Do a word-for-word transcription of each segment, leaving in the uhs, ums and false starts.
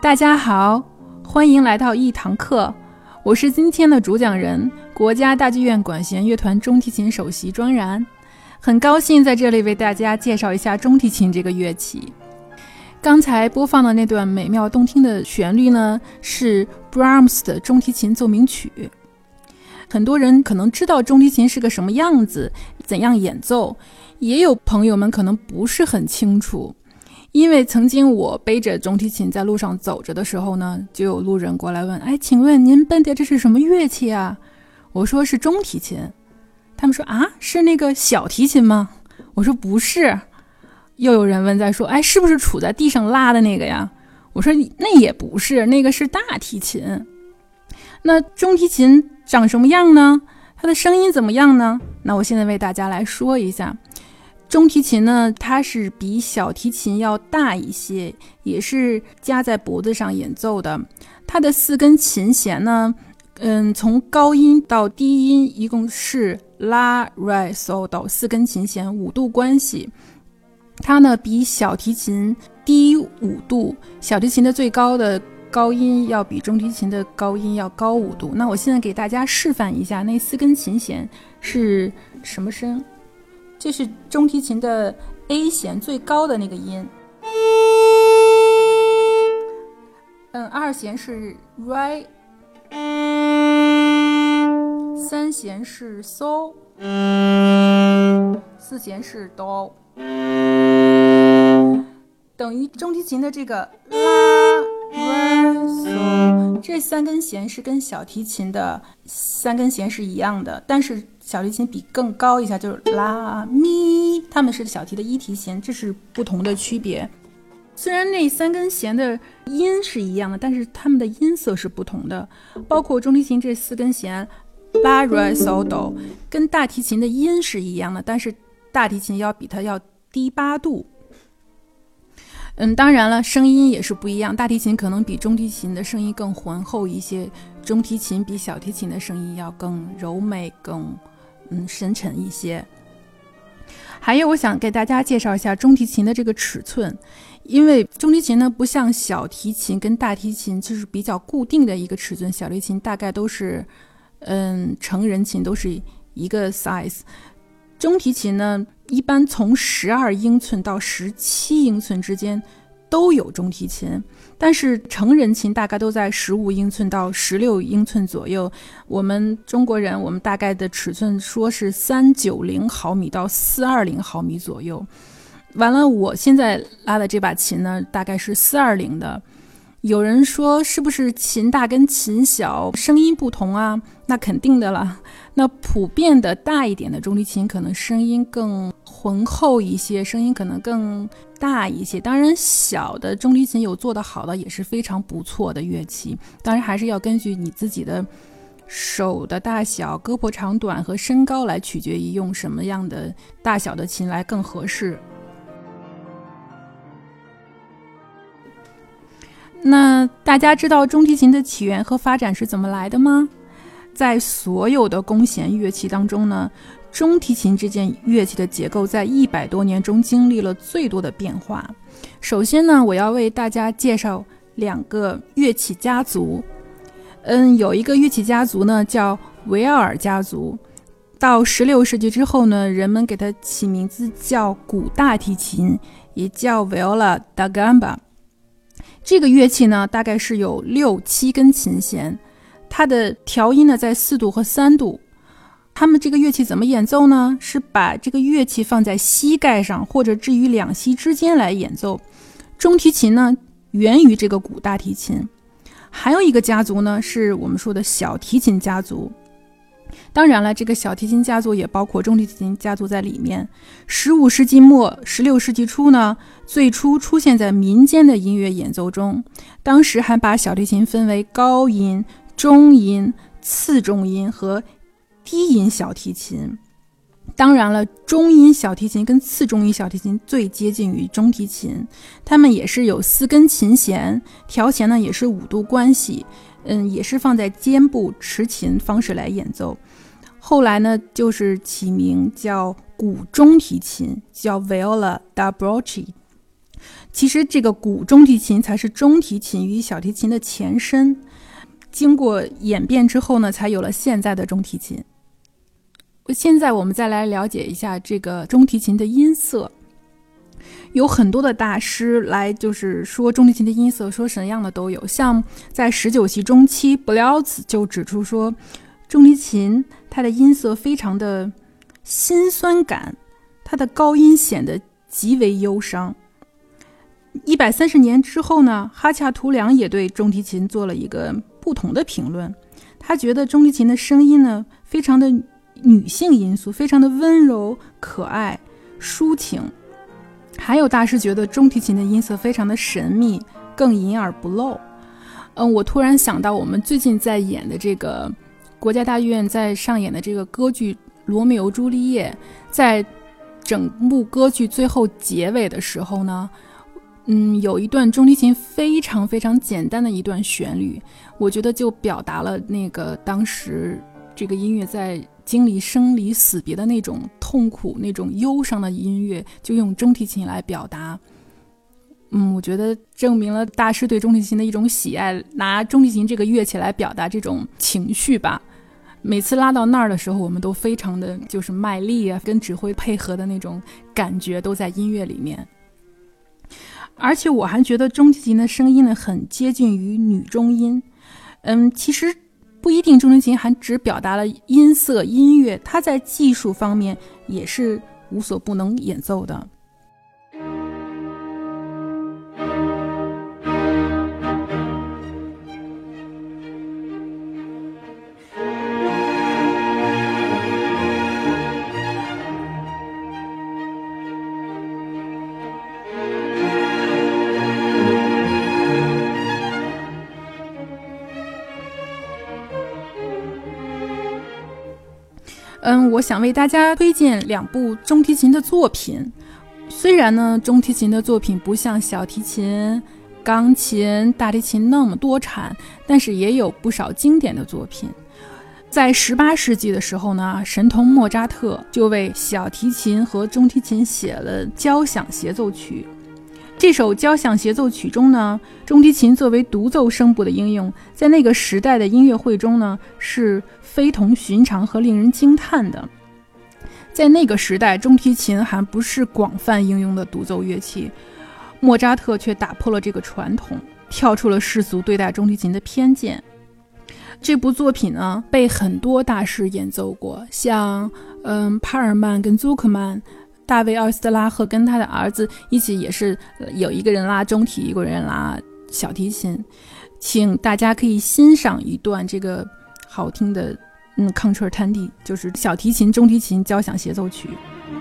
大家好，欢迎来到一堂课，我是今天的主讲人，国家大剧院管弦乐团中提琴首席庄然。很高兴在这里为大家介绍一下中提琴这个乐器。刚才播放的那段美妙动听的旋律呢，是 Brahms 的中提琴奏鸣曲。很多人可能知道中提琴是个什么样子，怎样演奏，也有朋友们可能不是很清楚。因为曾经我背着中提琴在路上走着的时候呢，就有路人过来问，哎，请问您背的这是什么乐器啊？我说是中提琴。他们说啊，是那个小提琴吗？我说不是。又有人问在说，哎，是不是杵在地上拉的那个呀？我说那也不是，那个是大提琴。那中提琴长什么样呢？它的声音怎么样呢？那我现在为大家来说一下。中提琴呢，它是比小提琴要大一些，也是夹在脖子上演奏的。它的四根琴弦呢，嗯，从高音到低音一共是拉、瑞、嗦、哆四根琴弦五度关系。它呢比小提琴低五度，小提琴的最高的高音要比中提琴的高音要高五度。那我现在给大家示范一下那四根琴弦是什么声。这是中提琴的 A 弦最高的那个音，嗯，二弦是 Re， 三弦是 So， 四弦是 Do， 等于中提琴的这个拉、Re、So， 这三根弦是跟小提琴的三根弦是一样的，但是小提琴比更高一下，就是拉咪，它们是小提的一提弦，这是不同的区别。虽然那三根弦的音是一样的，但是它们的音色是不同的。包括中提琴这四根弦拉、瑞、嗦、哆，跟大提琴的音是一样的，但是大提琴要比它要低八度。嗯，当然了，声音也是不一样，大提琴可能比中提琴的声音更浑厚一些，中提琴比小提琴的声音要更柔美，更嗯深沉一些。还有我想给大家介绍一下中提琴的这个尺寸，因为中提琴呢不像小提琴跟大提琴就是比较固定的一个尺寸，小提琴大概都是嗯成人琴都是一个 size， 中提琴呢一般从十二英寸到十七英寸之间都有中提琴，但是成人琴大概都在十五英寸到十六英寸左右。我们中国人，我们大概的尺寸说是三百九十毫米到四百二十毫米左右。完了，我现在拉的这把琴呢，大概是四百二十的。有人说是不是琴大跟琴小声音不同啊？那肯定的了。那普遍的大一点的中提琴可能声音更浑厚一些，声音可能更大一些。当然小的中提琴有做得好的也是非常不错的乐器，当然还是要根据你自己的手的大小、胳膊长短和身高来取决于用什么样的大小的琴来更合适。那大家知道中提琴的起源和发展是怎么来的吗？在所有的弓弦乐器当中呢，中提琴这件乐器的结构在一百多年中经历了最多的变化。首先呢，我要为大家介绍两个乐器家族。嗯，有一个乐器家族呢叫维奥尔家族。到十六世纪之后呢，人们给它起名字叫古大提琴，也叫 Viola da Gamba。这个乐器呢，大概是有六七根琴弦，它的调音呢在四度和三度。他们这个乐器怎么演奏呢？是把这个乐器放在膝盖上，或者置于两膝之间来演奏。中提琴呢，源于这个古大提琴。还有一个家族呢，是我们说的小提琴家族。当然了，这个小提琴家族也包括中提琴家族在里面。十五世纪末十六世纪初呢，最初出现在民间的音乐演奏中。当时还把小提琴分为高音、中音、次中音和低音小提琴。当然了，中音小提琴跟次中音小提琴最接近于中提琴，它们也是有四根琴弦，调弦呢也是五度关系，嗯，也是放在肩部持琴方式来演奏。后来呢，就是起名叫古中提琴，叫 Viola da Brocchi。 其实这个古中提琴才是中提琴与小提琴的前身，经过演变之后呢，才有了现在的中提琴。现在我们再来了解一下这个中提琴的音色。有很多的大师来就是说中提琴的音色，说什么样的都有。像在十九世纪中期，布廖兹就指出说，中提琴它的音色非常的心酸感，它的高音显得极为忧伤。一百三十年之后呢，哈恰图良也对中提琴做了一个不同的评论。他觉得中提琴的声音呢，非常的女性因素，非常的温柔、可爱、抒情。还有大师觉得中提琴的音色非常的神秘，更隐而不露。嗯，我突然想到我们最近在演的这个国家大剧院在上演的这个歌剧《罗密欧朱丽叶》，在整部歌剧最后结尾的时候呢，嗯，有一段中提琴非常非常简单的一段旋律，我觉得就表达了那个当时这个音乐在经历生离死别的那种痛苦、那种忧伤的音乐，就用中提琴来表达。嗯，我觉得证明了大师对中提琴的一种喜爱，拿中提琴这个乐器来表达这种情绪吧。每次拉到那儿的时候，我们都非常的就是卖力啊，跟指挥配合的那种感觉都在音乐里面。而且我还觉得中提琴的声音呢，很接近于女中音。嗯，其实不一定中提琴还只表达了音色音乐，它在技术方面也是无所不能演奏的。嗯，我想为大家推荐两部中提琴的作品。虽然呢，中提琴的作品不像小提琴、钢琴、大提琴那么多产，但是也有不少经典的作品。在十八世纪的时候呢，神童莫扎特就为小提琴和中提琴写了交响协奏曲。这首交响协奏曲中呢，中提琴作为独奏声部的应用，在那个时代的音乐会中呢，是非同寻常和令人惊叹的。在那个时代，中提琴还不是广泛应用的独奏乐器，莫扎特却打破了这个传统，跳出了世俗对待中提琴的偏见。这部作品呢，被很多大师演奏过，像嗯帕尔曼跟祖克曼，大卫奥斯特拉赫跟他的儿子一起，也是有一个人拉中提，一个人拉小提琴。请大家可以欣赏一段这个好听的嗯 concertante， 就是小提琴中提琴交响协奏曲。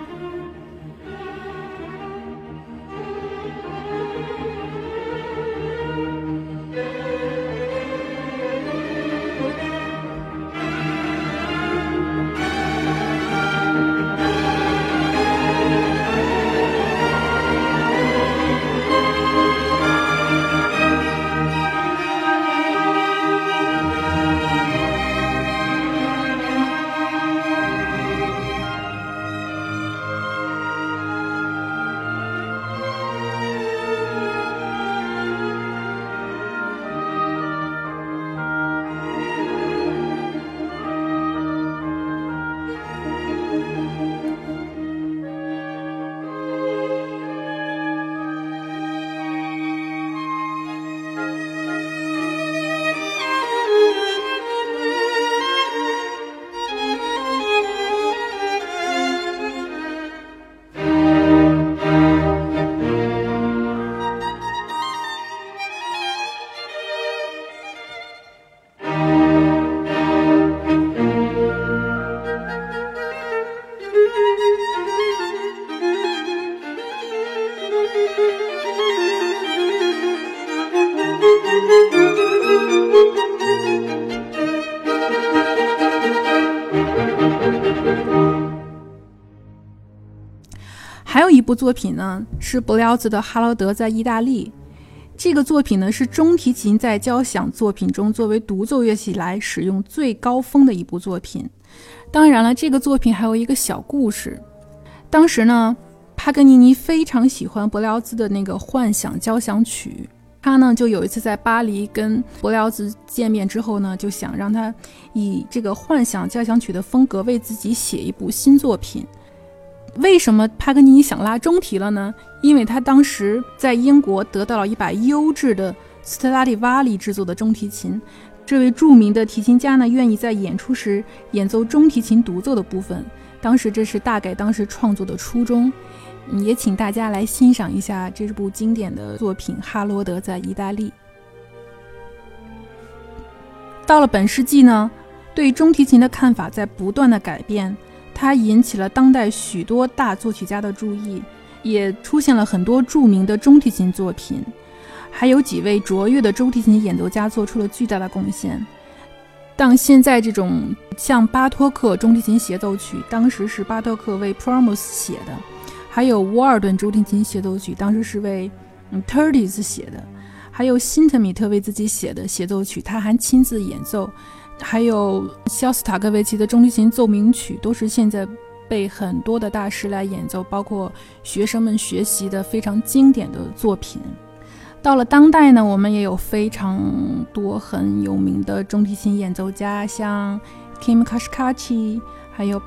还有一部作品呢，是布廖兹的《哈罗德在意大利》。这个作品呢，是中提琴在交响作品中作为独奏乐器来使用最高峰的一部作品。当然了，这个作品还有一个小故事。当时呢， 帕格尼尼非常喜欢柏辽兹的那个幻想交响曲，他呢就有一次在巴黎跟柏辽兹见面之后呢，就想让他以这个幻想交响曲的风格为自己写一部新作品。为什么帕格尼尼想拉中提了呢？因为他当时在英国得到了一把优质的斯特拉蒂瓦里制作的中提琴，这位著名的提琴家呢愿意在演出时演奏中提琴独奏的部分，当时这是大概当时创作的初衷。也请大家来欣赏一下这部经典的作品《哈罗德在意大利》。到了本世纪呢，对中提琴的看法在不断的改变，它引起了当代许多大作曲家的注意，也出现了很多著名的中提琴作品，还有几位卓越的中提琴演奏家做出了巨大的贡献。但现在这种像巴托克中提琴协奏曲，当时是巴托克为 Promos 写的，还有沃尔顿中提琴协奏曲，当时是为、嗯、Curtis 写的，还有辛特米特为自己写的协奏曲，他还亲自演奏，还有肖斯塔科维奇的中提琴奏鸣曲，都是现在被很多的大师来演奏，包括学生们学习的非常经典的作品。到了当代呢，我们也有非常多很有名的中提琴演奏家，像 Kim Kashkachi， 还有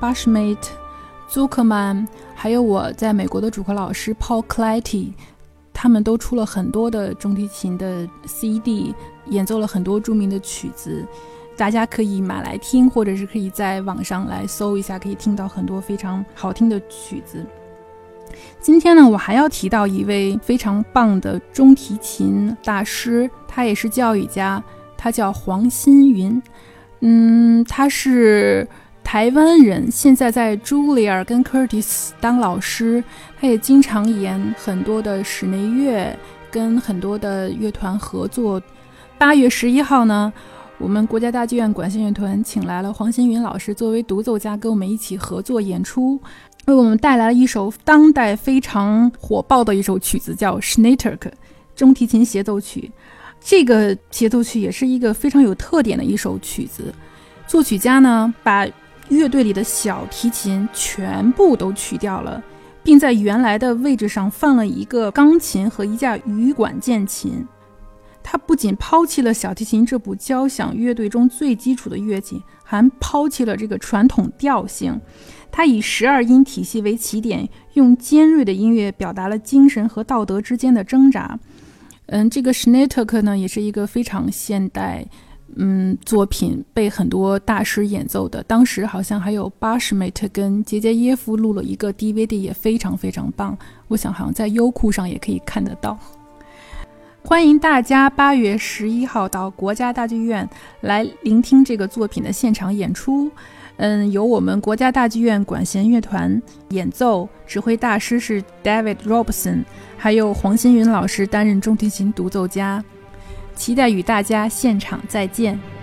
Bashmet、Zuckerman， 还有我在美国的主课老师 Paul Clatty， 他们都出了很多的中提琴的 C D， 演奏了很多著名的曲子，大家可以买来听，或者是可以在网上来搜一下，可以听到很多非常好听的曲子。今天呢，我还要提到一位非常棒的中提琴大师，他也是教育家，他叫黄新云。嗯，他是台湾人，现在在 Julia 跟 Curtis 当老师，他也经常演很多的室内乐，跟很多的乐团合作。八月十一号呢，我们国家大剧院管弦乐团请来了黄新云老师作为独奏家跟我们一起合作演出，为我们带来了一首当代非常火爆的一首曲子，叫 Schnitterke 中提琴协奏曲。这个协奏曲也是一个非常有特点的一首曲子，作曲家呢把乐队里的小提琴全部都去掉了，并在原来的位置上放了一个钢琴和一架羽管键琴。他不仅抛弃了小提琴这部交响乐队中最基础的乐器，还抛弃了这个传统调性。他以十二音体系为起点，用尖锐的音乐表达了精神和道德之间的挣扎。嗯，这个 Schnitterke 呢，也是一个非常现代嗯作品，被很多大师演奏的。当时好像还有 Bashmet 跟杰杰耶夫录了一个 D V D， 也非常非常棒。我想好像在优酷上也可以看得到。欢迎大家八月十一号到国家大剧院来聆听这个作品的现场演出。嗯，由我们国家大剧院管弦乐团演奏，指挥大师是 David Robson， 还有黄新云老师担任中提琴独奏家。期待与大家现场再见。